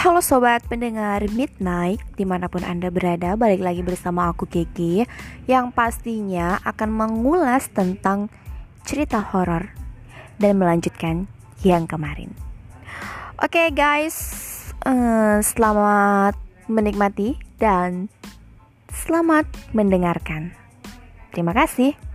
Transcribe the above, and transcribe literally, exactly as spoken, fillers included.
Halo sobat pendengar Midnight, dimanapun Anda berada, balik lagi bersama aku Kiki, yang pastinya akan mengulas tentang cerita horor dan melanjutkan yang kemarin. Oke okay guys, uh, selamat menikmati dan selamat mendengarkan. Terima kasih.